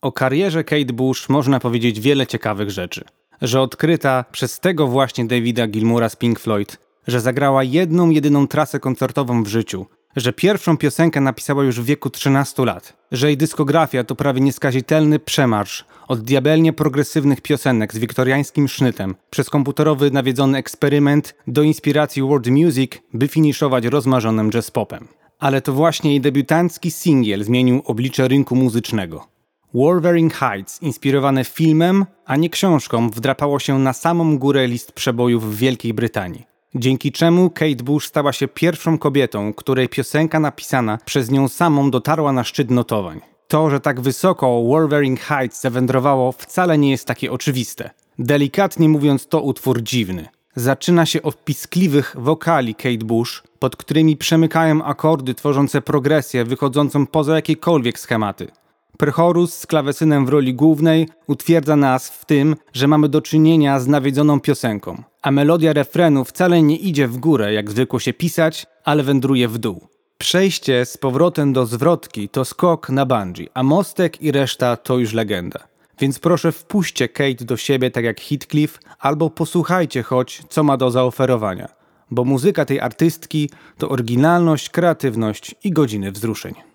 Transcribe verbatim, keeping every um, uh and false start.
O karierze Kate Bush można powiedzieć wiele ciekawych rzeczy. Że odkryta przez tego właśnie Davida Gilmoura z Pink Floyd, że zagrała jedną jedyną trasę koncertową w życiu, że pierwszą piosenkę napisała już w wieku trzynastu lat, że jej dyskografia to prawie nieskazitelny przemarsz od diabelnie progresywnych piosenek z wiktoriańskim sznytem, przez komputerowy nawiedzony eksperyment do inspiracji world music, by finiszować rozmarzonym jazz popem. Ale to właśnie jej debiutancki singiel zmienił oblicze rynku muzycznego. Wuthering Heights, inspirowane filmem, a nie książką, wdrapało się na samą górę list przebojów w Wielkiej Brytanii. Dzięki czemu Kate Bush stała się pierwszą kobietą, której piosenka napisana przez nią samą dotarła na szczyt notowań. To, że tak wysoko Wuthering Heights zawędrowało, wcale nie jest takie oczywiste. Delikatnie mówiąc, to utwór dziwny. Zaczyna się od piskliwych wokali Kate Bush, pod którymi przemykają akordy tworzące progresję wychodzącą poza jakiekolwiek schematy. Prechorus z klawesynem w roli głównej utwierdza nas w tym, że mamy do czynienia z nawiedzoną piosenką, a melodia refrenu wcale nie idzie w górę, jak zwykło się pisać, ale wędruje w dół. Przejście z powrotem do zwrotki to skok na bungee, a mostek i reszta to już legenda. Więc proszę wpuśćcie Kate do siebie tak jak Heathcliff, albo posłuchajcie choć, co ma do zaoferowania, bo muzyka tej artystki to oryginalność, kreatywność i godziny wzruszeń.